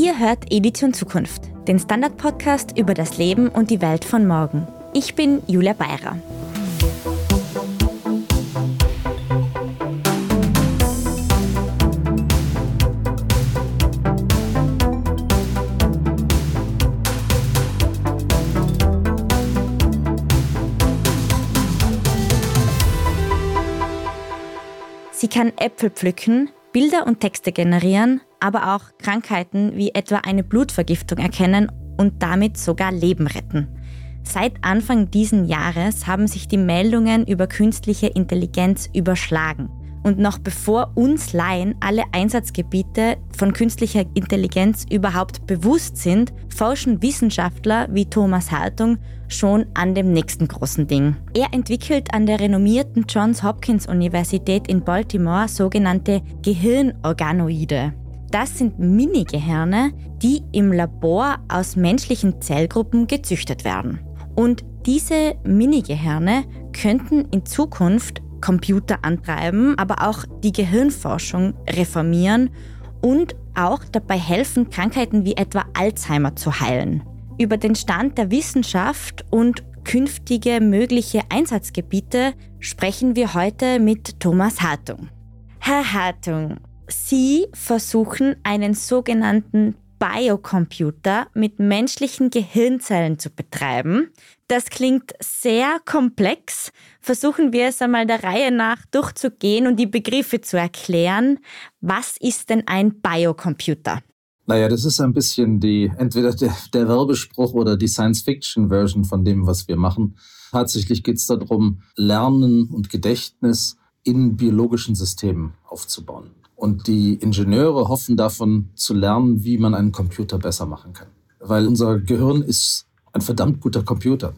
Ihr hört Edition Zukunft, den Standard-Podcast über das Leben und die Welt von morgen. Ich bin Julia Beirer. Sie kann Äpfel pflücken, Bilder und Texte generieren, aber auch Krankheiten wie etwa eine Blutvergiftung erkennen und damit sogar Leben retten. Seit Anfang diesen Jahres haben sich die Meldungen über künstliche Intelligenz überschlagen. Und noch bevor uns Laien alle Einsatzgebiete von künstlicher Intelligenz überhaupt bewusst sind, forschen Wissenschaftler wie Thomas Hartung schon an dem nächsten großen Ding. Er entwickelt an der renommierten Johns Hopkins Universität in Baltimore sogenannte Gehirnorganoide. Das sind Mini-Gehirne, die im Labor aus menschlichen Zellgruppen gezüchtet werden. Und diese Mini-Gehirne könnten in Zukunft Computer antreiben, aber auch die Gehirnforschung reformieren und auch dabei helfen, Krankheiten wie etwa Alzheimer zu heilen. Über den Stand der Wissenschaft und künftige mögliche Einsatzgebiete sprechen wir heute mit Thomas Hartung. Herr Hartung, Sie versuchen einen sogenannten Biocomputer mit menschlichen Gehirnzellen zu betreiben. Das klingt sehr komplex. Versuchen wir es einmal der Reihe nach durchzugehen und die Begriffe zu erklären. Was ist denn ein Biocomputer? Naja, das ist ein bisschen entweder der Werbespruch oder die Science-Fiction-Version von dem, was wir machen. Tatsächlich geht es darum, Lernen und Gedächtnis in biologischen Systemen aufzubauen. Und die Ingenieure hoffen davon zu lernen, wie man einen Computer besser machen kann. Weil unser Gehirn ist ein verdammt guter Computer.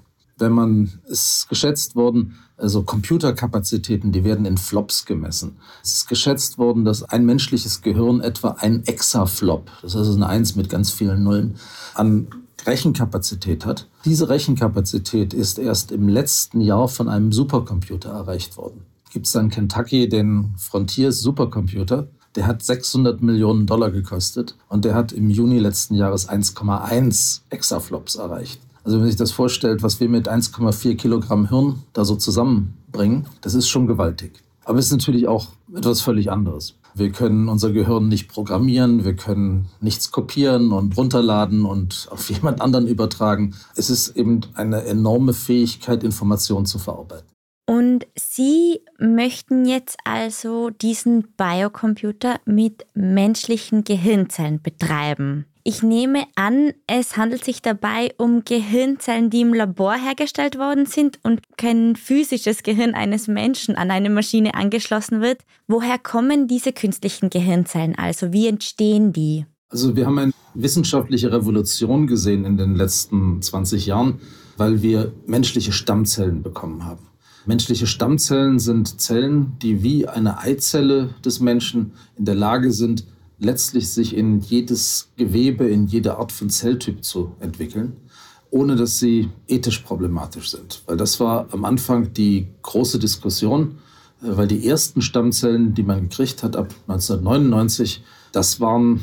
Es ist geschätzt worden, also Computerkapazitäten, die werden in Flops gemessen. Es ist geschätzt worden, dass ein menschliches Gehirn etwa ein Exaflop, das ist also eine 1 mit ganz vielen Nullen, an Rechenkapazität hat. Diese Rechenkapazität ist erst im letzten Jahr von einem Supercomputer erreicht worden. Gibt es da in Kentucky den Frontiers Supercomputer. Der hat $600 Millionen gekostet und der hat im Juni letzten Jahres 1,1 Exaflops erreicht. Also wenn man sich das vorstellt, was wir mit 1,4 Kilogramm Hirn da so zusammenbringen, das ist schon gewaltig. Aber es ist natürlich auch etwas völlig anderes. Wir können unser Gehirn nicht programmieren, wir können nichts kopieren und runterladen und auf jemand anderen übertragen. Es ist eben eine enorme Fähigkeit, Informationen zu verarbeiten. Und Sie möchten jetzt also diesen Biocomputer mit menschlichen Gehirnzellen betreiben. Ich nehme an, es handelt sich dabei um Gehirnzellen, die im Labor hergestellt worden sind und kein physisches Gehirn eines Menschen an eine Maschine angeschlossen wird. Woher kommen diese künstlichen Gehirnzellen also? Wie entstehen die? Also wir haben eine wissenschaftliche Revolution gesehen in den letzten 20 Jahren, weil wir menschliche Stammzellen bekommen haben. Menschliche Stammzellen sind Zellen, die wie eine Eizelle des Menschen in der Lage sind, letztlich sich in jedes Gewebe, in jede Art von Zelltyp zu entwickeln, ohne dass sie ethisch problematisch sind. Weil das war am Anfang die große Diskussion, weil die ersten Stammzellen, die man gekriegt hat ab 1999, das waren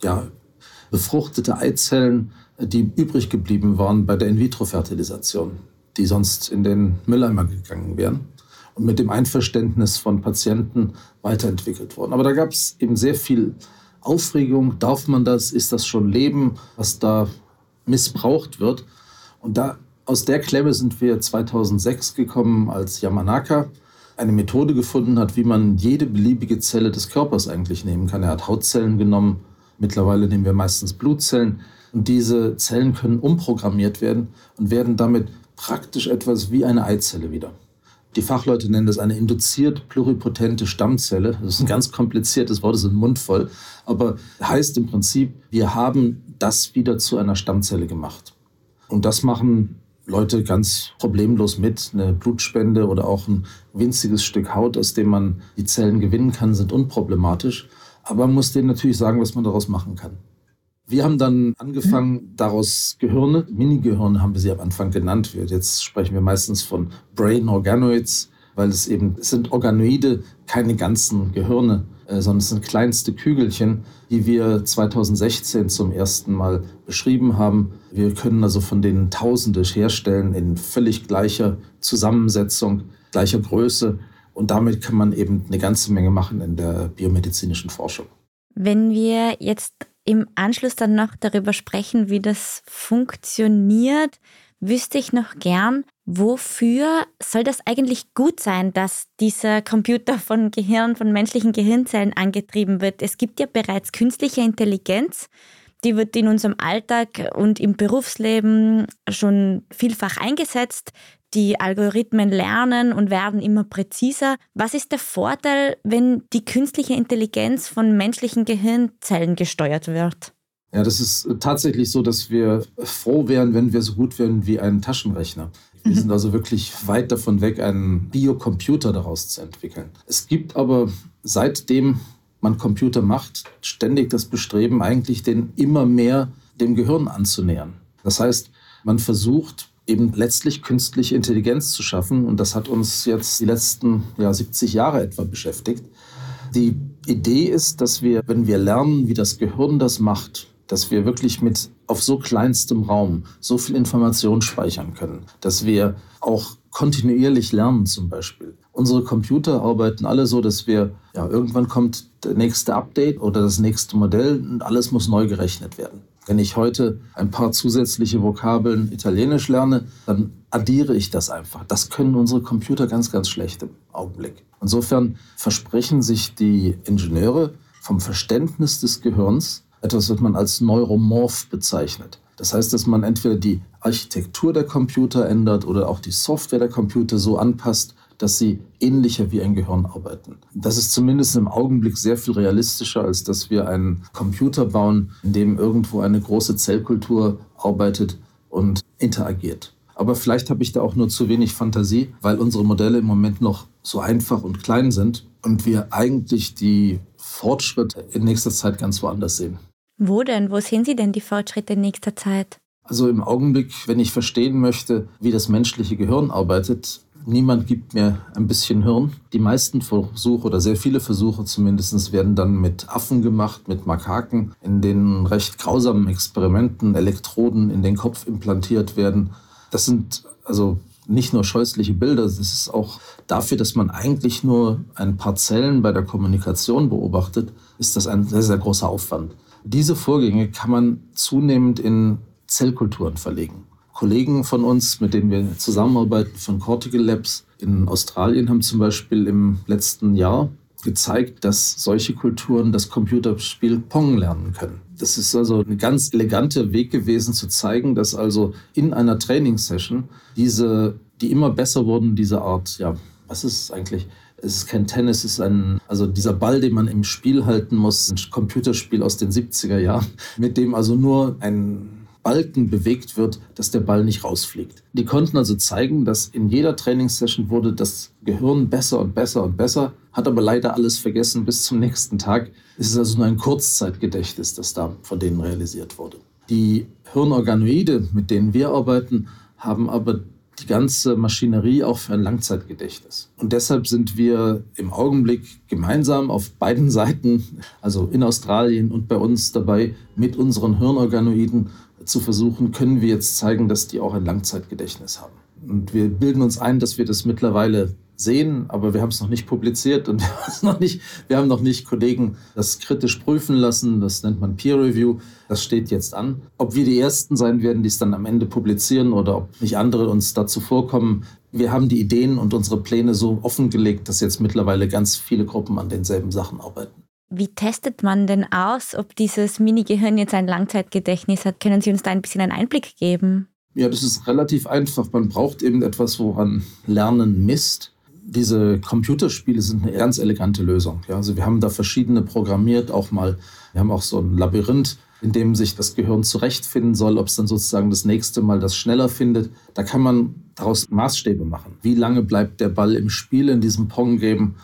befruchtete Eizellen, die übrig geblieben waren bei der In-vitro-Fertilisation, die sonst in den Mülleimer gegangen wären und mit dem Einverständnis von Patienten weiterentwickelt wurden. Aber da gab es eben sehr viel Aufregung. Darf man das? Ist das schon Leben, was da missbraucht wird? Und aus der Klemme sind wir 2006 gekommen, als Yamanaka eine Methode gefunden hat, wie man jede beliebige Zelle des Körpers eigentlich nehmen kann. Er hat Hautzellen genommen, mittlerweile nehmen wir meistens Blutzellen. Und diese Zellen können umprogrammiert werden und werden damit praktisch etwas wie eine Eizelle wieder. Die Fachleute nennen das eine induziert pluripotente Stammzelle. Das ist ein ganz kompliziertes Wort, das ist ein Mund voll. Aber heißt im Prinzip, wir haben das wieder zu einer Stammzelle gemacht. Und das machen Leute ganz problemlos mit. Eine Blutspende oder auch ein winziges Stück Haut, aus dem man die Zellen gewinnen kann, sind unproblematisch. Aber man muss denen natürlich sagen, was man daraus machen kann. Wir haben dann angefangen, daraus Gehirne, Mini-Gehirne haben wir sie am Anfang genannt. Jetzt sprechen wir meistens von Brain Organoids, weil es sind Organoide, keine ganzen Gehirne, sondern es sind kleinste Kügelchen, die wir 2016 zum ersten Mal beschrieben haben. Wir können also von denen Tausende herstellen in völlig gleicher Zusammensetzung, gleicher Größe. Und damit kann man eben eine ganze Menge machen in der biomedizinischen Forschung. Wenn wir jetzt im Anschluss dann noch darüber sprechen, wie das funktioniert, wüsste ich noch gern, wofür soll das eigentlich gut sein, dass dieser Computer von menschlichen Gehirnzellen angetrieben wird? Es gibt ja bereits künstliche Intelligenz, die wird in unserem Alltag und im Berufsleben schon vielfach eingesetzt. Die Algorithmen lernen und werden immer präziser. Was ist der Vorteil, wenn die künstliche Intelligenz von menschlichen Gehirnzellen gesteuert wird? Ja, das ist tatsächlich so, dass wir froh wären, wenn wir so gut wären wie ein Taschenrechner. Wir sind also wirklich weit davon weg, einen Biocomputer daraus zu entwickeln. Es gibt aber, seitdem man Computer macht, ständig das Bestreben, eigentlich den immer mehr dem Gehirn anzunähern. Das heißt, man versucht eben letztlich künstliche Intelligenz zu schaffen. Und das hat uns jetzt die letzten 70 Jahre etwa beschäftigt. Die Idee ist, dass wir, wenn wir lernen, wie das Gehirn das macht, dass wir wirklich mit auf so kleinstem Raum so viel Information speichern können, dass wir auch kontinuierlich lernen zum Beispiel. Unsere Computer arbeiten alle so, dass wir, irgendwann kommt der nächste Update oder das nächste Modell und alles muss neu gerechnet werden. Wenn ich heute ein paar zusätzliche Vokabeln Italienisch lerne, dann addiere ich das einfach. Das können unsere Computer ganz, ganz schlecht im Augenblick. Insofern versprechen sich die Ingenieure vom Verständnis des Gehirns etwas, was man als Neuromorph bezeichnet. Das heißt, dass man entweder die Architektur der Computer ändert oder auch die Software der Computer so anpasst, dass sie ähnlicher wie ein Gehirn arbeiten. Das ist zumindest im Augenblick sehr viel realistischer, als dass wir einen Computer bauen, in dem irgendwo eine große Zellkultur arbeitet und interagiert. Aber vielleicht habe ich da auch nur zu wenig Fantasie, weil unsere Modelle im Moment noch so einfach und klein sind und wir eigentlich die Fortschritte in nächster Zeit ganz woanders sehen. Wo denn? Wo sehen Sie denn die Fortschritte in nächster Zeit? Also im Augenblick, wenn ich verstehen möchte, wie das menschliche Gehirn arbeitet, niemand gibt mir ein bisschen Hirn. Die meisten Versuche oder sehr viele Versuche zumindest werden dann mit Affen gemacht, mit Makaken, in denen recht grausamen Experimenten Elektroden in den Kopf implantiert werden. Das sind also nicht nur scheußliche Bilder, das ist auch dafür, dass man eigentlich nur ein paar Zellen bei der Kommunikation beobachtet, ist das ein sehr, sehr großer Aufwand. Diese Vorgänge kann man zunehmend in Zellkulturen verlegen. Kollegen von uns, mit denen wir zusammenarbeiten, von Cortical Labs in Australien, haben zum Beispiel im letzten Jahr gezeigt, dass solche Kulturen das Computerspiel Pong lernen können. Das ist also ein ganz eleganter Weg gewesen, zu zeigen, dass also in einer Trainingssession die immer besser wurden, diese Art, was ist es eigentlich? Es ist kein Tennis, es ist also dieser Ball, den man im Spiel halten muss, ein Computerspiel aus den 70er Jahren, mit dem also nur ein Balken bewegt wird, dass der Ball nicht rausfliegt. Die konnten also zeigen, dass in jeder Trainingssession wurde das Gehirn besser und besser und besser, hat aber leider alles vergessen bis zum nächsten Tag. Es ist also nur ein Kurzzeitgedächtnis, das da von denen realisiert wurde. Die Hirnorganoide, mit denen wir arbeiten, haben aber die ganze Maschinerie auch für ein Langzeitgedächtnis. Und deshalb sind wir im Augenblick gemeinsam auf beiden Seiten, also in Australien und bei uns dabei, mit unseren Hirnorganoiden zu versuchen, können wir jetzt zeigen, dass die auch ein Langzeitgedächtnis haben. Und wir bilden uns ein, dass wir das mittlerweile sehen, aber wir haben es noch nicht publiziert und wir haben noch nicht Kollegen das kritisch prüfen lassen. Das nennt man Peer Review. Das steht jetzt an. Ob wir die Ersten sein werden, die es dann am Ende publizieren oder ob nicht andere uns dazu vorkommen. Wir haben die Ideen und unsere Pläne so offengelegt, dass jetzt mittlerweile ganz viele Gruppen an denselben Sachen arbeiten. Wie testet man denn aus, ob dieses Mini-Gehirn jetzt ein Langzeitgedächtnis hat? Können Sie uns da ein bisschen einen Einblick geben? Ja, das ist relativ einfach. Man braucht eben etwas, woran Lernen misst. Diese Computerspiele sind eine ganz elegante Lösung. Ja, also wir haben da verschiedene programmiert, wir haben auch so ein Labyrinth, in dem sich das Gehirn zurechtfinden soll, ob es dann sozusagen das nächste Mal das schneller findet. Da kann man daraus Maßstäbe machen. Wie lange bleibt der Ball im Spiel in diesem Pong-Game?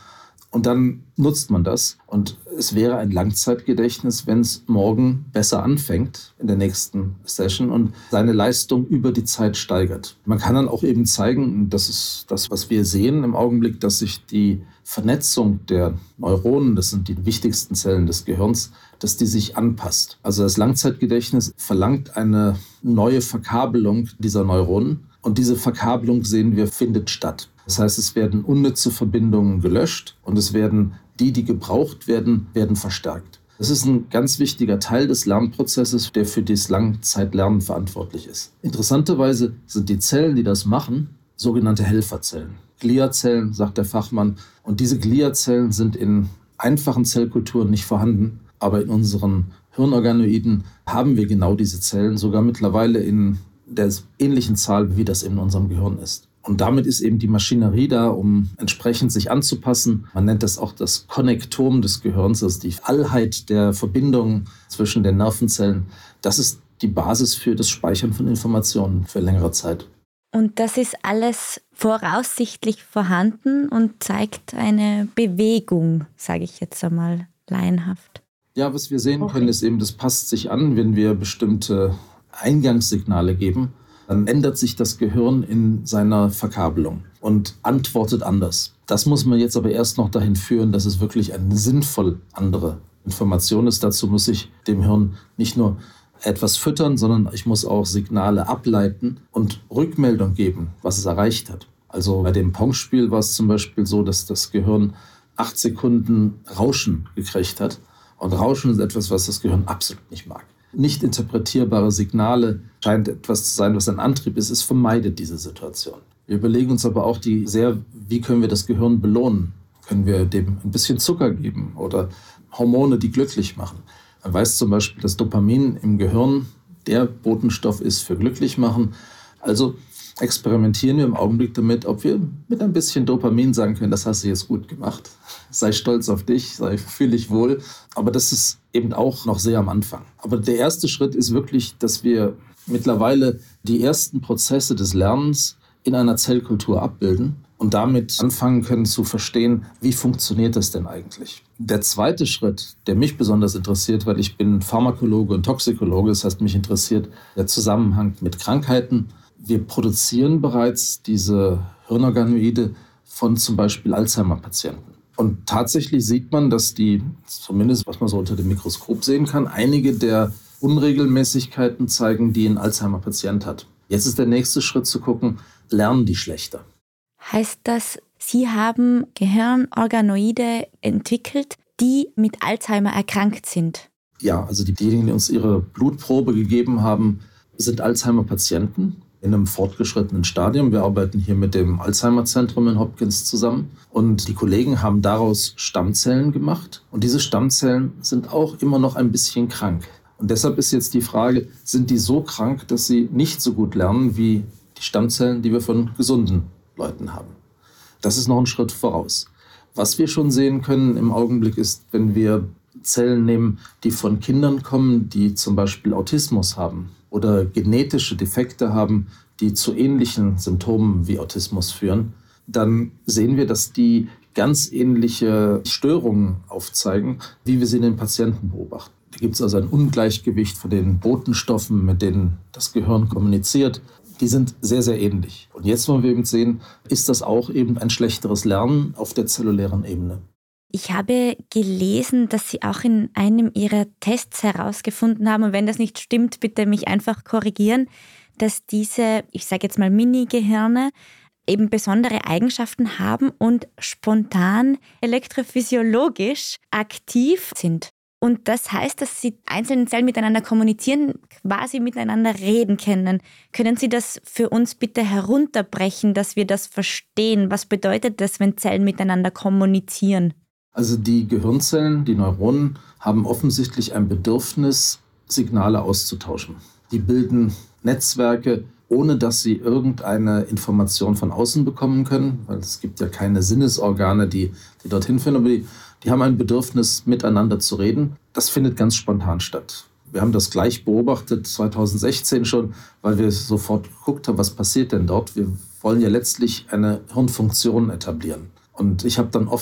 Und dann nutzt man das. Und es wäre ein Langzeitgedächtnis, wenn es morgen besser anfängt in der nächsten Session und seine Leistung über die Zeit steigert. Man kann dann auch eben zeigen, und das ist das, was wir sehen im Augenblick, dass sich die Vernetzung der Neuronen, das sind die wichtigsten Zellen des Gehirns, dass die sich anpasst. Also das Langzeitgedächtnis verlangt eine neue Verkabelung dieser Neuronen. Und diese Verkabelung, sehen wir, findet statt. Das heißt, es werden unnütze Verbindungen gelöscht und es werden die gebraucht werden, werden verstärkt. Das ist ein ganz wichtiger Teil des Lernprozesses, der für das Langzeitlernen verantwortlich ist. Interessanterweise sind die Zellen, die das machen, sogenannte Helferzellen. Gliazellen, sagt der Fachmann. Und diese Gliazellen sind in einfachen Zellkulturen nicht vorhanden, aber in unseren Hirnorganoiden haben wir genau diese Zellen, sogar mittlerweile in der ähnlichen Zahl, wie das in unserem Gehirn ist. Und damit ist eben die Maschinerie da, um entsprechend sich anzupassen. Man nennt das auch das Konnektom des Gehirns, also die Allheit der Verbindungen zwischen den Nervenzellen. Das ist die Basis für das Speichern von Informationen für längere Zeit. Und das ist alles voraussichtlich vorhanden und zeigt eine Bewegung, sage ich jetzt einmal laienhaft. Ja, was wir sehen können, ist eben, das passt sich an, wenn wir bestimmte Eingangssignale geben, dann ändert sich das Gehirn in seiner Verkabelung und antwortet anders. Das muss man jetzt aber erst noch dahin führen, dass es wirklich eine sinnvoll andere Information ist. Dazu muss ich dem Hirn nicht nur etwas füttern, sondern ich muss auch Signale ableiten und Rückmeldung geben, was es erreicht hat. Also bei dem Pong-Spiel war es zum Beispiel so, dass das Gehirn 8 Sekunden Rauschen gekriegt hat. Und Rauschen ist etwas, was das Gehirn absolut nicht mag. Nicht interpretierbare Signale scheint etwas zu sein, was ein Antrieb ist. Es vermeidet diese Situation. Wir überlegen uns aber auch wie können wir das Gehirn belohnen? Können wir dem ein bisschen Zucker geben oder Hormone, die glücklich machen? Man weiß zum Beispiel, dass Dopamin im Gehirn der Botenstoff ist für glücklich machen. Also experimentieren wir im Augenblick damit, ob wir mit ein bisschen Dopamin sagen können, das hast du jetzt gut gemacht. Sei stolz auf dich, fühl dich wohl. Aber das ist eben auch noch sehr am Anfang. Aber der erste Schritt ist wirklich, dass wir mittlerweile die ersten Prozesse des Lernens in einer Zellkultur abbilden und damit anfangen können zu verstehen, wie funktioniert das denn eigentlich. Der zweite Schritt, der mich besonders interessiert, weil ich bin Pharmakologe und Toxikologe, das heißt, mich interessiert der Zusammenhang mit Krankheiten. Wir produzieren bereits diese Hirnorganoide von zum Beispiel Alzheimer-Patienten. Und tatsächlich sieht man, dass die, zumindest was man so unter dem Mikroskop sehen kann, einige der Unregelmäßigkeiten zeigen, die ein Alzheimer-Patient hat. Jetzt ist der nächste Schritt zu gucken, lernen die schlechter? Heißt das, Sie haben Gehirnorganoide entwickelt, die mit Alzheimer erkrankt sind? Ja, also diejenigen, die uns ihre Blutprobe gegeben haben, sind Alzheimer-Patienten in einem fortgeschrittenen Stadium. Wir arbeiten hier mit dem Alzheimer-Zentrum in Hopkins zusammen. Und die Kollegen haben daraus Stammzellen gemacht. Und diese Stammzellen sind auch immer noch ein bisschen krank. Und deshalb ist jetzt die Frage, sind die so krank, dass sie nicht so gut lernen wie die Stammzellen, die wir von gesunden Leuten haben? Das ist noch ein Schritt voraus. Was wir schon sehen können im Augenblick ist, wenn wir Zellen nehmen, die von Kindern kommen, die zum Beispiel Autismus haben oder genetische Defekte haben, die zu ähnlichen Symptomen wie Autismus führen, dann sehen wir, dass die ganz ähnliche Störungen aufzeigen, wie wir sie in den Patienten beobachten. Da gibt es also ein Ungleichgewicht von den Botenstoffen, mit denen das Gehirn kommuniziert. Die sind sehr, sehr ähnlich. Und jetzt wollen wir eben sehen, ist das auch eben ein schlechteres Lernen auf der zellulären Ebene? Ich habe gelesen, dass Sie auch in einem Ihrer Tests herausgefunden haben, und wenn das nicht stimmt, bitte mich einfach korrigieren, dass diese, ich sage jetzt mal Mini-Gehirne, eben besondere Eigenschaften haben und spontan elektrophysiologisch aktiv sind. Und das heißt, dass Sie einzelne Zellen miteinander kommunizieren, quasi miteinander reden können. Können Sie das für uns bitte herunterbrechen, dass wir das verstehen? Was bedeutet das, wenn Zellen miteinander kommunizieren? Also die Gehirnzellen, die Neuronen, haben offensichtlich ein Bedürfnis, Signale auszutauschen. Die bilden Netzwerke, ohne dass sie irgendeine Information von außen bekommen können, weil es gibt ja keine Sinnesorgane, die dorthin führen, aber die haben ein Bedürfnis, miteinander zu reden. Das findet ganz spontan statt. Wir haben das gleich beobachtet, 2016 schon, weil wir sofort geguckt haben, was passiert denn dort. Wir wollen ja letztlich eine Hirnfunktion etablieren. Und ich habe dann oft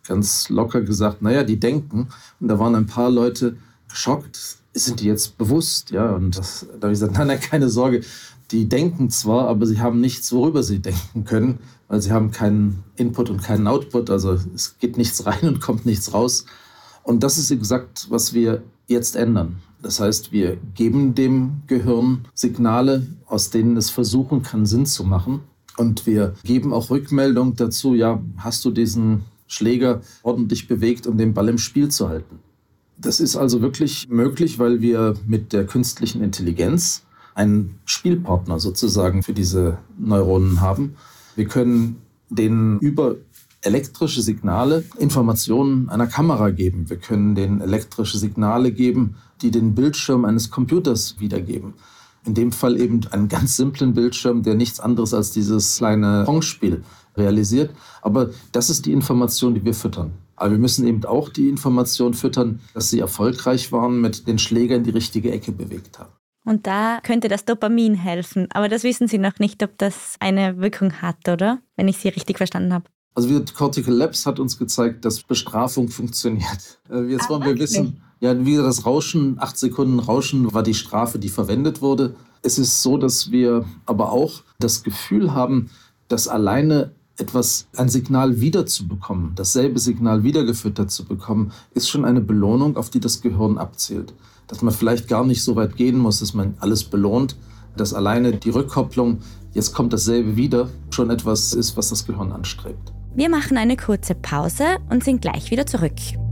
ganz locker gesagt, naja, die denken. Und da waren ein paar Leute geschockt. Sind die jetzt bewusst? Ja, und da habe ich gesagt, nein, keine Sorge. Die denken zwar, aber sie haben nichts, worüber sie denken können, weil sie haben keinen Input und keinen Output. Also es geht nichts rein und kommt nichts raus. Und das ist exakt, was wir jetzt ändern. Das heißt, wir geben dem Gehirn Signale, aus denen es versuchen kann, Sinn zu machen. Und wir geben auch Rückmeldung dazu, ja, hast du diesen Schläger ordentlich bewegt, um den Ball im Spiel zu halten? Das ist also wirklich möglich, weil wir mit der künstlichen Intelligenz einen Spielpartner sozusagen für diese Neuronen haben. Wir können denen über elektrische Signale Informationen einer Kamera geben. Wir können denen elektrische Signale geben, die den Bildschirm eines Computers wiedergeben. In dem Fall eben einen ganz simplen Bildschirm, der nichts anderes als dieses kleine Pong-Spiel realisiert. Aber das ist die Information, die wir füttern. Aber wir müssen eben auch die Information füttern, dass sie erfolgreich waren, mit den Schlägern die richtige Ecke bewegt haben. Und da könnte das Dopamin helfen. Aber das wissen Sie noch nicht, ob das eine Wirkung hat, oder? Wenn ich Sie richtig verstanden habe. Also die Cortical Labs hat uns gezeigt, dass Bestrafung funktioniert. Jetzt wollen wir wissen, ja, wie das Rauschen, 8 Sekunden Rauschen war die Strafe, die verwendet wurde. Es ist so, dass wir aber auch das Gefühl haben, dass alleine ein Signal wiederzubekommen, dasselbe Signal wiedergefüttert zu bekommen, ist schon eine Belohnung, auf die das Gehirn abzielt. Dass man vielleicht gar nicht so weit gehen muss, dass man alles belohnt, dass alleine die Rückkopplung, jetzt kommt dasselbe wieder, schon etwas ist, was das Gehirn anstrebt. Wir machen eine kurze Pause und sind gleich wieder zurück.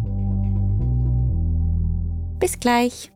Bis gleich.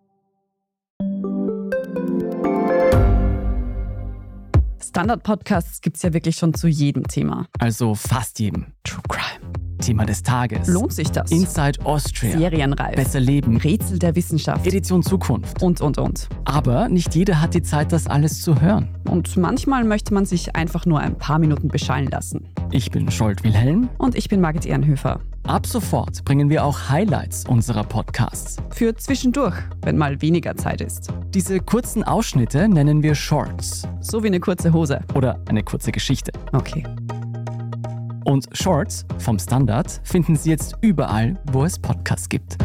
Standard-Podcasts gibt es ja wirklich schon zu jedem Thema. Also fast jedem. True Crime. Thema des Tages. Lohnt sich das? Inside Austria. Serienreif. Besser leben. Rätsel der Wissenschaft. Edition Zukunft. Und. Aber nicht jeder hat die Zeit, das alles zu hören. Und manchmal möchte man sich einfach nur ein paar Minuten beschallen lassen. Ich bin Scholt Wilhelm. Und ich bin Margit Ehrenhöfer. Ab sofort bringen wir auch Highlights unserer Podcasts. Für zwischendurch, wenn mal weniger Zeit ist. Diese kurzen Ausschnitte nennen wir Shorts. So wie eine kurze Hose. Oder eine kurze Geschichte. Okay. Und Shorts vom Standard finden Sie jetzt überall, wo es Podcasts gibt.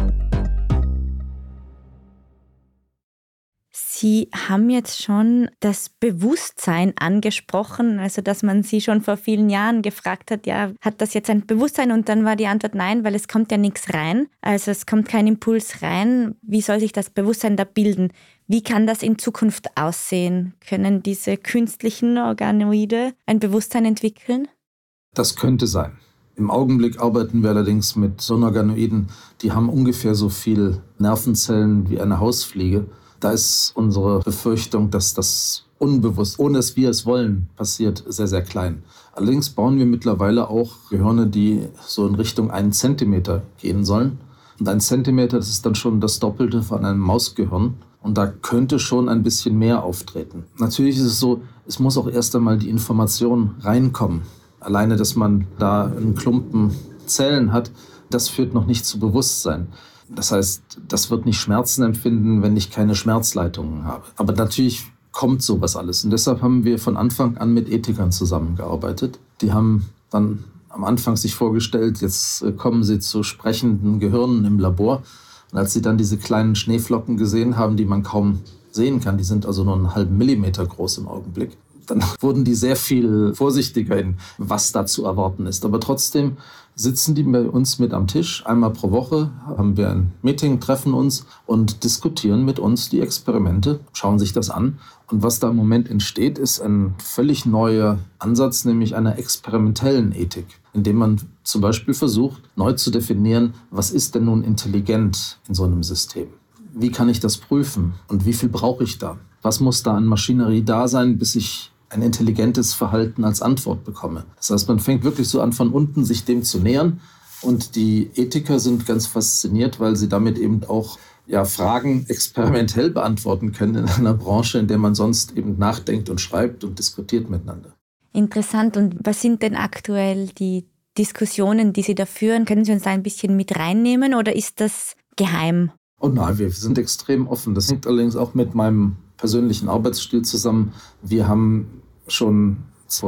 Sie haben jetzt schon das Bewusstsein angesprochen, also dass man Sie schon vor vielen Jahren gefragt hat, ja, hat das jetzt ein Bewusstsein? Und dann war die Antwort nein, weil es kommt ja nichts rein. Also es kommt kein Impuls rein. Wie soll sich das Bewusstsein da bilden? Wie kann das in Zukunft aussehen? Können diese künstlichen Organoide ein Bewusstsein entwickeln? Das könnte sein. Im Augenblick arbeiten wir allerdings mit Hirnorganoiden, die haben ungefähr so viel Nervenzellen wie eine Hausfliege. Da ist unsere Befürchtung, dass das unbewusst, ohne dass wir es wollen, passiert, sehr, sehr klein. Allerdings bauen wir mittlerweile auch Gehirne, die so in Richtung 1 Zentimeter gehen sollen. Und 1 Zentimeter, das ist dann schon das Doppelte von einem Mausgehirn. Und da könnte schon ein bisschen mehr auftreten. Natürlich ist es so, es muss auch erst einmal die Information reinkommen. Alleine, dass man da einen Klumpen Zellen hat, das führt noch nicht zu Bewusstsein. Das heißt, das wird nicht Schmerzen empfinden, wenn ich keine Schmerzleitungen habe. Aber natürlich kommt sowas alles. Und deshalb haben wir von Anfang an mit Ethikern zusammengearbeitet. Die haben dann am Anfang sich vorgestellt, jetzt kommen sie zu sprechenden Gehirnen im Labor. Und als sie dann diese kleinen Schneeflocken gesehen haben, die man kaum sehen kann, die sind also nur einen halben Millimeter groß im Augenblick, dann wurden die sehr viel vorsichtiger in was da zu erwarten ist. Aber trotzdem sitzen die bei uns mit am Tisch. Einmal pro Woche haben wir ein Meeting, treffen uns und diskutieren mit uns die Experimente, schauen sich das an. Und was da im Moment entsteht, ist ein völlig neuer Ansatz, nämlich einer experimentellen Ethik, indem man zum Beispiel versucht, neu zu definieren, was ist denn nun intelligent in so einem System? Wie kann ich das prüfen und wie viel brauche ich da? Was muss da an Maschinerie da sein, bis ich ein intelligentes Verhalten als Antwort bekomme? Das heißt, man fängt wirklich so an, von unten sich dem zu nähern. Und die Ethiker sind ganz fasziniert, weil sie damit eben auch Fragen experimentell beantworten können in einer Branche, in der man sonst eben nachdenkt und schreibt und diskutiert miteinander. Interessant. Und was sind denn aktuell die Diskussionen, die Sie da führen? Können Sie uns da ein bisschen mit reinnehmen oder ist das geheim? Oh nein, wir sind extrem offen. Das hängt allerdings auch mit meinem persönlichen Arbeitsstil zusammen. Wir haben schon vor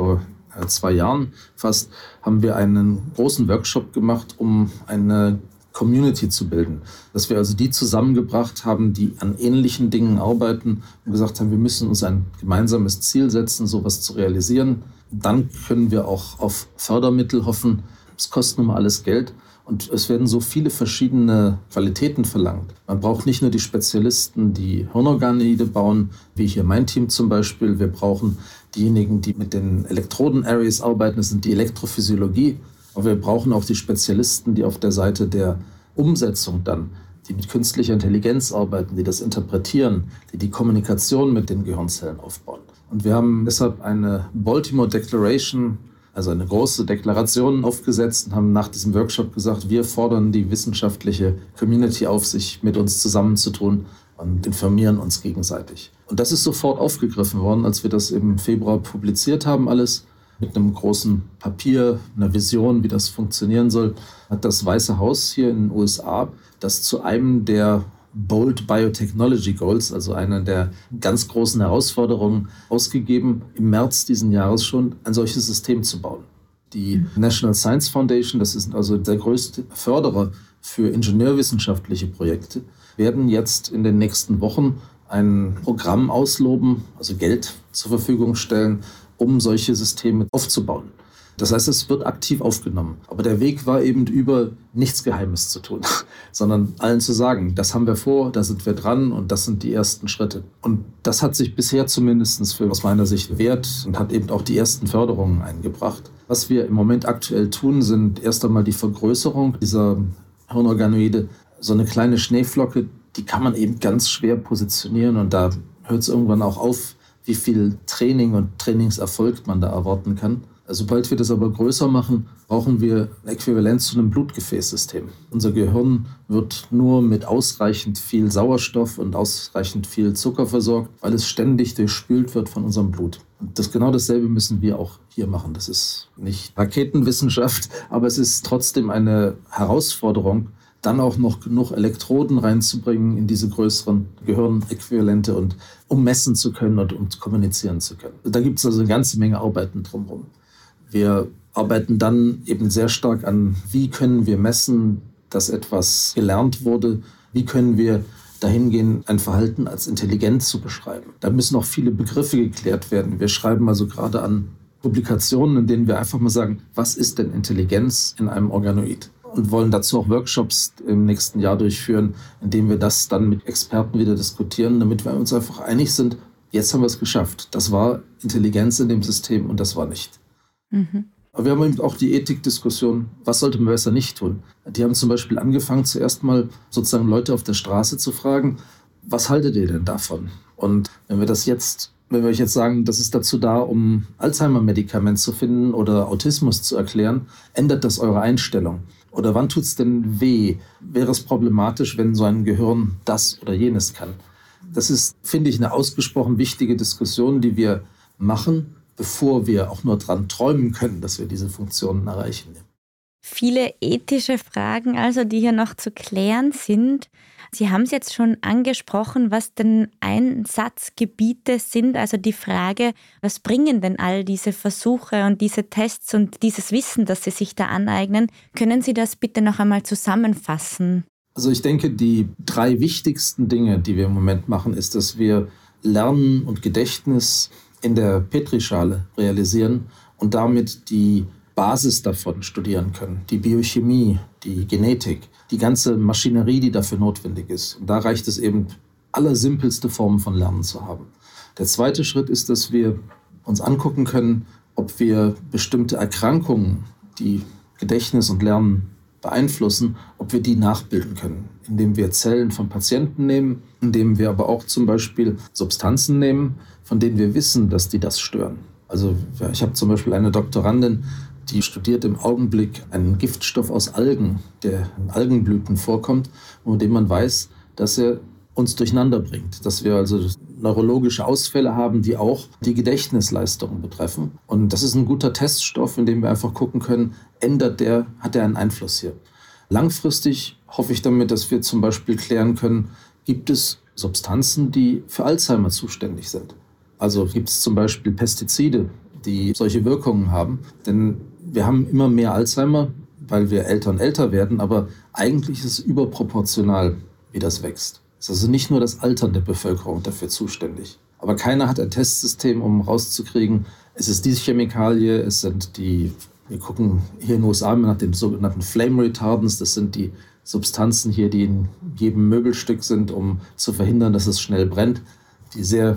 2 Jahren fast, haben wir einen großen Workshop gemacht, um eine Community zu bilden. Dass wir also die zusammengebracht haben, die an ähnlichen Dingen arbeiten und gesagt haben, wir müssen uns ein gemeinsames Ziel setzen, sowas zu realisieren. Dann können wir auch auf Fördermittel hoffen. Es kostet nun mal alles Geld. Und es werden so viele verschiedene Qualitäten verlangt. Man braucht nicht nur die Spezialisten, die Hirnorganoide bauen, wie hier mein Team zum Beispiel. Wir brauchen diejenigen, die mit den Elektroden-Arrays arbeiten, das sind die Elektrophysiologie. Aber wir brauchen auch die Spezialisten, die auf der Seite der Umsetzung dann, die mit künstlicher Intelligenz arbeiten, die das interpretieren, die die Kommunikation mit den Gehirnzellen aufbauen. Und wir haben deshalb eine Baltimore Declaration, also eine große Deklaration aufgesetzt und haben nach diesem Workshop gesagt, wir fordern die wissenschaftliche Community auf, sich mit uns zusammenzutun und informieren uns gegenseitig. Und das ist sofort aufgegriffen worden, als wir das im Februar publiziert haben, alles mit einem großen Papier, einer Vision, wie das funktionieren soll, hat das Weiße Haus hier in den USA das zu einem der Bold Biotechnology Goals, also einer der ganz großen Herausforderungen, ausgegeben, im März diesen Jahres schon ein solches System zu bauen. Die National Science Foundation, das ist also der größte Förderer für ingenieurwissenschaftliche Projekte, werden jetzt in den nächsten Wochen ein Programm ausloben, also Geld zur Verfügung stellen, um solche Systeme aufzubauen. Das heißt, es wird aktiv aufgenommen. Aber der Weg war eben über nichts Geheimes zu tun, sondern allen zu sagen, das haben wir vor, da sind wir dran und das sind die ersten Schritte. Und das hat sich bisher zumindest aus meiner Sicht bewährt und hat eben auch die ersten Förderungen eingebracht. Was wir im Moment aktuell tun, sind erst einmal die Vergrößerung dieser Hirnorganoide. So eine kleine Schneeflocke, die kann man eben ganz schwer positionieren und da hört es irgendwann auch auf, wie viel Training und Trainingserfolg man da erwarten kann. Sobald wir das aber größer machen, brauchen wir ein Äquivalent zu einem Blutgefäßsystem. Unser Gehirn wird nur mit ausreichend viel Sauerstoff und ausreichend viel Zucker versorgt, weil es ständig durchspült wird von unserem Blut. Und genau dasselbe müssen wir auch hier machen. Das ist nicht Raketenwissenschaft, aber es ist trotzdem eine Herausforderung, dann auch noch genug Elektroden reinzubringen in diese größeren Gehirnäquivalente und um messen zu können und um kommunizieren zu können. Da gibt es also eine ganze Menge Arbeiten drumherum. Wir arbeiten dann eben sehr stark an, wie können wir messen, dass etwas gelernt wurde, wie können wir dahin gehen, ein Verhalten als intelligent zu beschreiben. Da müssen auch viele Begriffe geklärt werden. Wir schreiben also gerade an Publikationen, in denen wir einfach mal sagen, was ist denn Intelligenz in einem Organoid? Und wollen dazu auch Workshops im nächsten Jahr durchführen, indem wir das dann mit Experten wieder diskutieren, damit wir uns einfach einig sind, jetzt haben wir es geschafft. Das war Intelligenz in dem System und das war nicht. Mhm. Aber wir haben eben auch die Ethikdiskussion, was sollte man besser nicht tun? Die haben zum Beispiel angefangen, zuerst mal sozusagen Leute auf der Straße zu fragen, was haltet ihr denn davon? Und wenn wir euch jetzt sagen, das ist dazu da, um Alzheimer-Medikament zu finden oder Autismus zu erklären, ändert das eure Einstellung? Oder wann tut es denn weh? Wäre es problematisch, wenn so ein Gehirn das oder jenes kann? Das ist, finde ich, eine ausgesprochen wichtige Diskussion, die wir machen, bevor wir auch nur dran träumen können, dass wir diese Funktionen erreichen. Viele ethische Fragen also, die hier noch zu klären sind. Sie haben es jetzt schon angesprochen, was denn Einsatzgebiete sind. Also die Frage, was bringen denn all diese Versuche und diese Tests und dieses Wissen, das Sie sich da aneignen? Können Sie das bitte noch einmal zusammenfassen? Also ich denke, die 3 wichtigsten Dinge, die wir im Moment machen, ist, dass wir Lernen und Gedächtnis in der Petrischale realisieren und damit die Basis davon studieren können. Die Biochemie, die Genetik, die ganze Maschinerie, die dafür notwendig ist. Und da reicht es eben, allersimpelste Formen von Lernen zu haben. Der zweite Schritt ist, dass wir uns angucken können, ob wir bestimmte Erkrankungen, die Gedächtnis und Lernen beeinflussen, ob wir die nachbilden können, indem wir Zellen von Patienten nehmen, indem wir aber auch zum Beispiel Substanzen nehmen, von denen wir wissen, dass die das stören. Also ich habe zum Beispiel eine Doktorandin, die studiert im Augenblick einen Giftstoff aus Algen, der in Algenblüten vorkommt, von dem man weiß, dass er uns durcheinander bringt. Dass wir also neurologische Ausfälle haben, die auch die Gedächtnisleistungen betreffen. Und das ist ein guter Teststoff, in dem wir einfach gucken können, hat er einen Einfluss hier. Langfristig hoffe ich damit, dass wir zum Beispiel klären können, gibt es Substanzen, die für Alzheimer zuständig sind. Also gibt es zum Beispiel Pestizide, die solche Wirkungen haben. Denn wir haben immer mehr Alzheimer, weil wir älter und älter werden, aber eigentlich ist es überproportional, wie das wächst. Es ist also nicht nur das Altern der Bevölkerung dafür zuständig. Aber keiner hat ein Testsystem, um rauszukriegen, es ist diese Chemikalie, es sind die, wir gucken hier in den USA nach den sogenannten Flame Retardants, das sind die Substanzen hier, die in jedem Möbelstück sind, um zu verhindern, dass es schnell brennt, die sehr,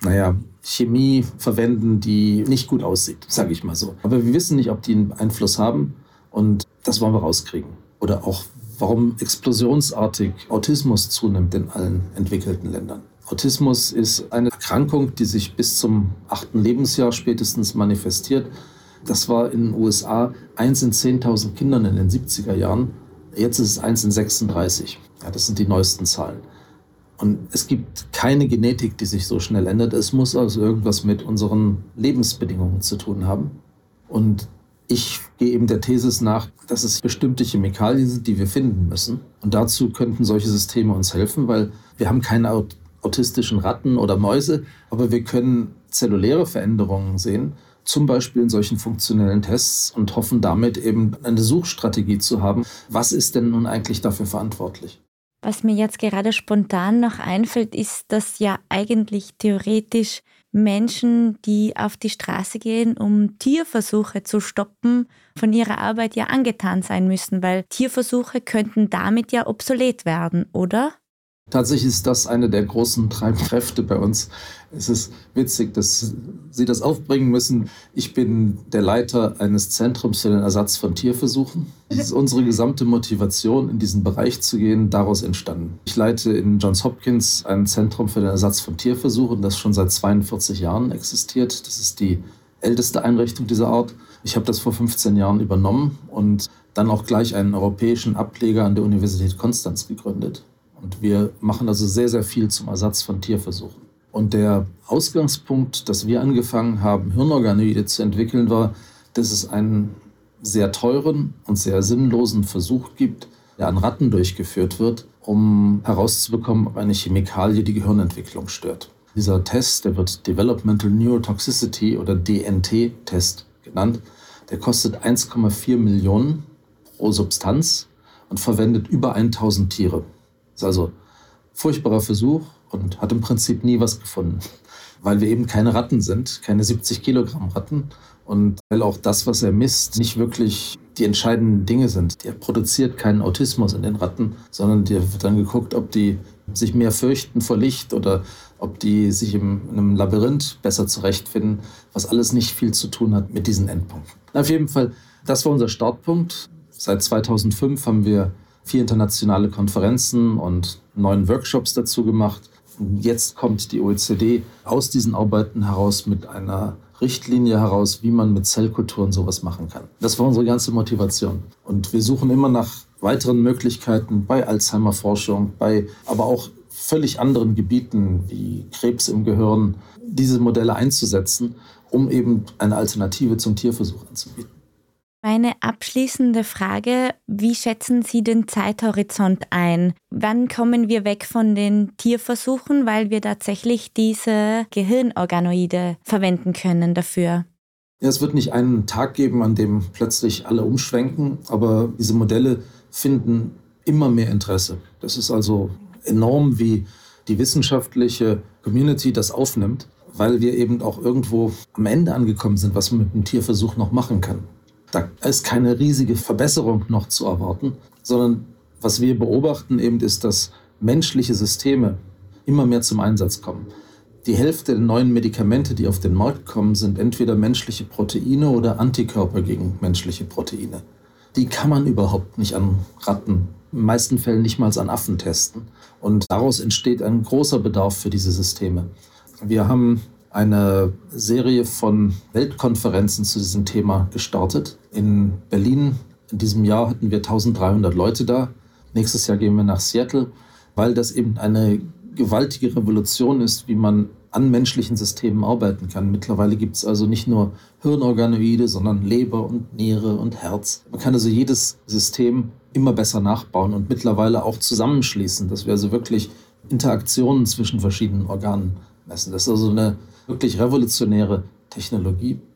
Chemie verwenden, die nicht gut aussieht, sage ich mal so. Aber wir wissen nicht, ob die einen Einfluss haben und das wollen wir rauskriegen. Oder auch, warum explosionsartig Autismus zunimmt in allen entwickelten Ländern. Autismus ist eine Erkrankung, die sich bis zum 8. Lebensjahr spätestens manifestiert. Das war in den USA 1 in 10.000 Kindern in den 70er Jahren. Jetzt ist es 1 in 36. Ja, das sind die neuesten Zahlen. Und es gibt keine Genetik, die sich so schnell ändert. Es muss also irgendwas mit unseren Lebensbedingungen zu tun haben. Und ich gehe eben der These nach, dass es bestimmte Chemikalien sind, die wir finden müssen. Und dazu könnten solche Systeme uns helfen, weil wir haben keine autistischen Ratten oder Mäuse, aber wir können zelluläre Veränderungen sehen, zum Beispiel in solchen funktionellen Tests und hoffen damit eben eine Suchstrategie zu haben. Was ist denn nun eigentlich dafür verantwortlich? Was mir jetzt gerade spontan noch einfällt, ist, dass ja eigentlich theoretisch Menschen, die auf die Straße gehen, um Tierversuche zu stoppen, von ihrer Arbeit ja angetan sein müssen, weil Tierversuche könnten damit ja obsolet werden, oder? Tatsächlich ist das eine der großen Treibkräfte bei uns. Es ist witzig, dass Sie das aufbringen müssen. Ich bin der Leiter eines Zentrums für den Ersatz von Tierversuchen. Es ist unsere gesamte Motivation, in diesen Bereich zu gehen, daraus entstanden. Ich leite in Johns Hopkins ein Zentrum für den Ersatz von Tierversuchen, das schon seit 42 Jahren existiert. Das ist die älteste Einrichtung dieser Art. Ich habe das vor 15 Jahren übernommen und dann auch gleich einen europäischen Ableger an der Universität Konstanz gegründet. Und wir machen also sehr, sehr viel zum Ersatz von Tierversuchen. Und der Ausgangspunkt, dass wir angefangen haben, Hirnorganoide zu entwickeln, war, dass es einen sehr teuren und sehr sinnlosen Versuch gibt, der an Ratten durchgeführt wird, um herauszubekommen, ob eine Chemikalie die Gehirnentwicklung stört. Dieser Test, der wird Developmental Neurotoxicity oder DNT-Test genannt, der kostet 1,4 Millionen pro Substanz und verwendet über 1000 Tiere. Das ist also ein furchtbarer Versuch und hat im Prinzip nie was gefunden, weil wir eben keine Ratten sind, keine 70 Kilogramm Ratten und weil auch das, was er misst, nicht wirklich die entscheidenden Dinge sind. Der produziert keinen Autismus in den Ratten, sondern dir wird dann geguckt, ob die sich mehr fürchten vor Licht oder ob die sich in einem Labyrinth besser zurechtfinden, was alles nicht viel zu tun hat mit diesen Endpunkten. Auf jeden Fall, das war unser Startpunkt. Seit 2005 haben wir 4 internationale Konferenzen und 9 Workshops dazu gemacht. Und jetzt kommt die OECD aus diesen Arbeiten heraus mit einer Richtlinie heraus, wie man mit Zellkulturen sowas machen kann. Das war unsere ganze Motivation. Und wir suchen immer nach weiteren Möglichkeiten bei Alzheimer-Forschung, bei aber auch völlig anderen Gebieten wie Krebs im Gehirn, diese Modelle einzusetzen, um eben eine Alternative zum Tierversuch anzubieten. Meine abschließende Frage, wie schätzen Sie den Zeithorizont ein? Wann kommen wir weg von den Tierversuchen, weil wir tatsächlich diese Gehirnorganoide verwenden können dafür? Ja, es wird nicht einen Tag geben, an dem plötzlich alle umschwenken, aber diese Modelle finden immer mehr Interesse. Das ist also enorm, wie die wissenschaftliche Community das aufnimmt, weil wir eben auch irgendwo am Ende angekommen sind, was man mit einem Tierversuch noch machen kann. Da ist keine riesige Verbesserung noch zu erwarten, sondern was wir beobachten eben ist, dass menschliche Systeme immer mehr zum Einsatz kommen. Die Hälfte der neuen Medikamente, die auf den Markt kommen, sind entweder menschliche Proteine oder Antikörper gegen menschliche Proteine. Die kann man überhaupt nicht an Ratten, in den meisten Fällen nicht mal an Affen testen. Und daraus entsteht ein großer Bedarf für diese Systeme. Wir haben eine Serie von Weltkonferenzen zu diesem Thema gestartet. In Berlin in diesem Jahr hatten wir 1300 Leute da. Nächstes Jahr gehen wir nach Seattle, weil das eben eine gewaltige Revolution ist, wie man an menschlichen Systemen arbeiten kann. Mittlerweile gibt es also nicht nur Hirnorganoide, sondern Leber und Niere und Herz. Man kann also jedes System immer besser nachbauen und mittlerweile auch zusammenschließen, dass wir also wirklich Interaktionen zwischen verschiedenen Organen messen. Das ist also eine wirklich revolutionäre Technologie.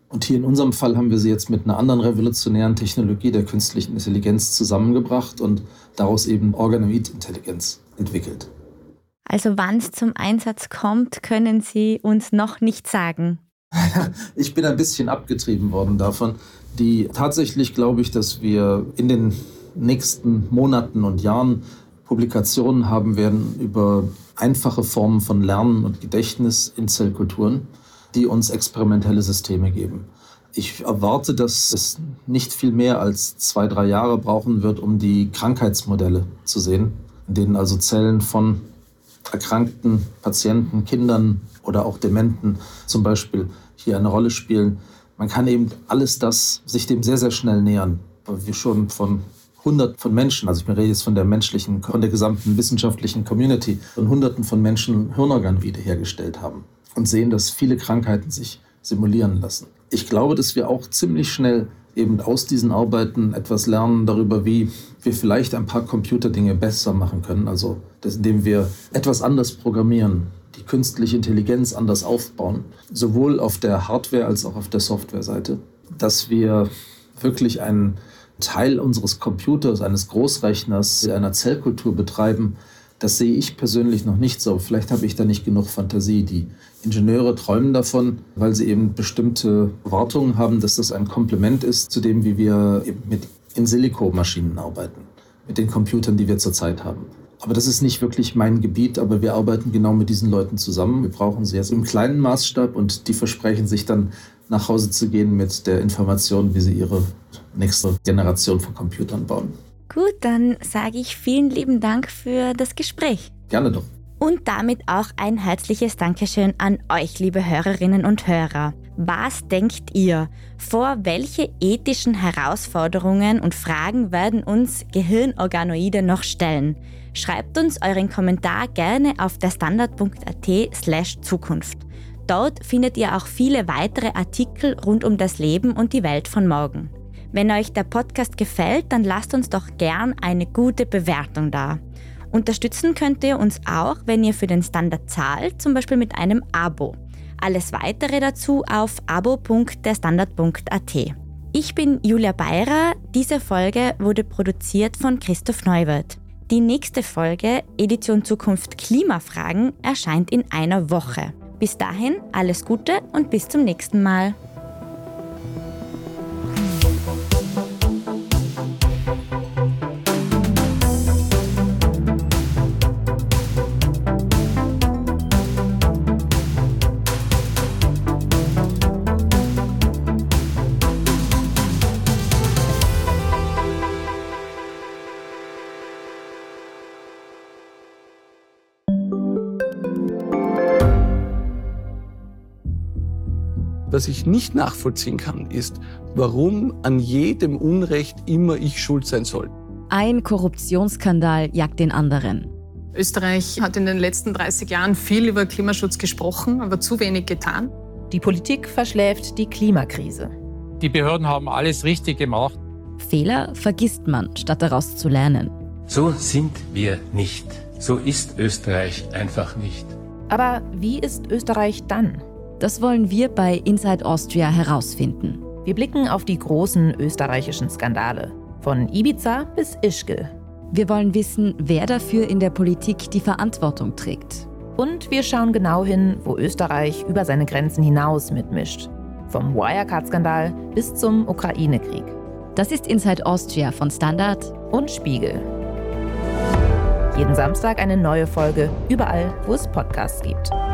Und hier in unserem Fall haben wir sie jetzt mit einer anderen revolutionären Technologie der künstlichen Intelligenz zusammengebracht und daraus eben Organoid-Intelligenz entwickelt. Also wann es zum Einsatz kommt, können Sie uns noch nicht sagen. Ich bin ein bisschen abgetrieben worden davon. Tatsächlich glaube ich, dass wir in den nächsten Monaten und Jahren Publikationen haben werden über einfache Formen von Lernen und Gedächtnis in Zellkulturen, die uns experimentelle Systeme geben. Ich erwarte, dass es nicht viel mehr als 2-3 Jahre brauchen wird, um die Krankheitsmodelle zu sehen, in denen also Zellen von erkrankten Patienten, Kindern oder auch Dementen zum Beispiel hier eine Rolle spielen. Man kann eben alles das sich dem sehr, sehr schnell nähern, weil wir schon von Hunderten von Menschen, also ich rede jetzt von der gesamten wissenschaftlichen Community, von Hunderten von Menschen Hirnorganoide hergestellt haben und sehen, dass viele Krankheiten sich simulieren lassen. Ich glaube, dass wir auch ziemlich schnell eben aus diesen Arbeiten etwas lernen darüber, wie wir vielleicht ein paar Computerdinge besser machen können, also indem wir etwas anders programmieren, die künstliche Intelligenz anders aufbauen, sowohl auf der Hardware- als auch auf der Softwareseite, dass wir wirklich einen Teil unseres Computers, eines Großrechners, einer Zellkultur betreiben. Das sehe ich persönlich noch nicht so. Vielleicht habe ich da nicht genug Fantasie. Die Ingenieure träumen davon, weil sie eben bestimmte Erwartungen haben, dass das ein Komplement ist zu dem, wie wir eben mit In-Silico-Maschinen arbeiten, mit den Computern, die wir zurzeit haben. Aber das ist nicht wirklich mein Gebiet, aber wir arbeiten genau mit diesen Leuten zusammen. Wir brauchen sie jetzt im kleinen Maßstab und die versprechen sich dann nach Hause zu gehen mit der Information, wie sie ihre nächste Generation von Computern bauen. Gut, dann sage ich vielen lieben Dank für das Gespräch. Gerne doch. Und damit auch ein herzliches Dankeschön an euch, liebe Hörerinnen und Hörer. Was denkt ihr? Vor welche ethischen Herausforderungen und Fragen werden uns Gehirnorganoide noch stellen? Schreibt uns euren Kommentar gerne auf derstandard.at/Zukunft. Dort findet ihr auch viele weitere Artikel rund um das Leben und die Welt von morgen. Wenn euch der Podcast gefällt, dann lasst uns doch gern eine gute Bewertung da. Unterstützen könnt ihr uns auch, wenn ihr für den Standard zahlt, zum Beispiel mit einem Abo. Alles weitere dazu auf abo.derstandard.at. Ich bin Julia Beirer. Diese Folge wurde produziert von Christoph Neuwirth. Die nächste Folge, Edition Zukunft Klimafragen, erscheint in einer Woche. Bis dahin alles Gute und bis zum nächsten Mal. Was ich nicht nachvollziehen kann, ist, warum an jedem Unrecht immer ich schuld sein soll. Ein Korruptionsskandal jagt den anderen. Österreich hat in den letzten 30 Jahren viel über Klimaschutz gesprochen, aber zu wenig getan. Die Politik verschläft die Klimakrise. Die Behörden haben alles richtig gemacht. Fehler vergisst man, statt daraus zu lernen. So sind wir nicht. So ist Österreich einfach nicht. Aber wie ist Österreich dann? Das wollen wir bei Inside Austria herausfinden. Wir blicken auf die großen österreichischen Skandale. Von Ibiza bis Ischgl. Wir wollen wissen, wer dafür in der Politik die Verantwortung trägt. Und wir schauen genau hin, wo Österreich über seine Grenzen hinaus mitmischt. Vom Wirecard-Skandal bis zum Ukraine-Krieg. Das ist Inside Austria von Standard und Spiegel. Jeden Samstag eine neue Folge, überall, wo es Podcasts gibt.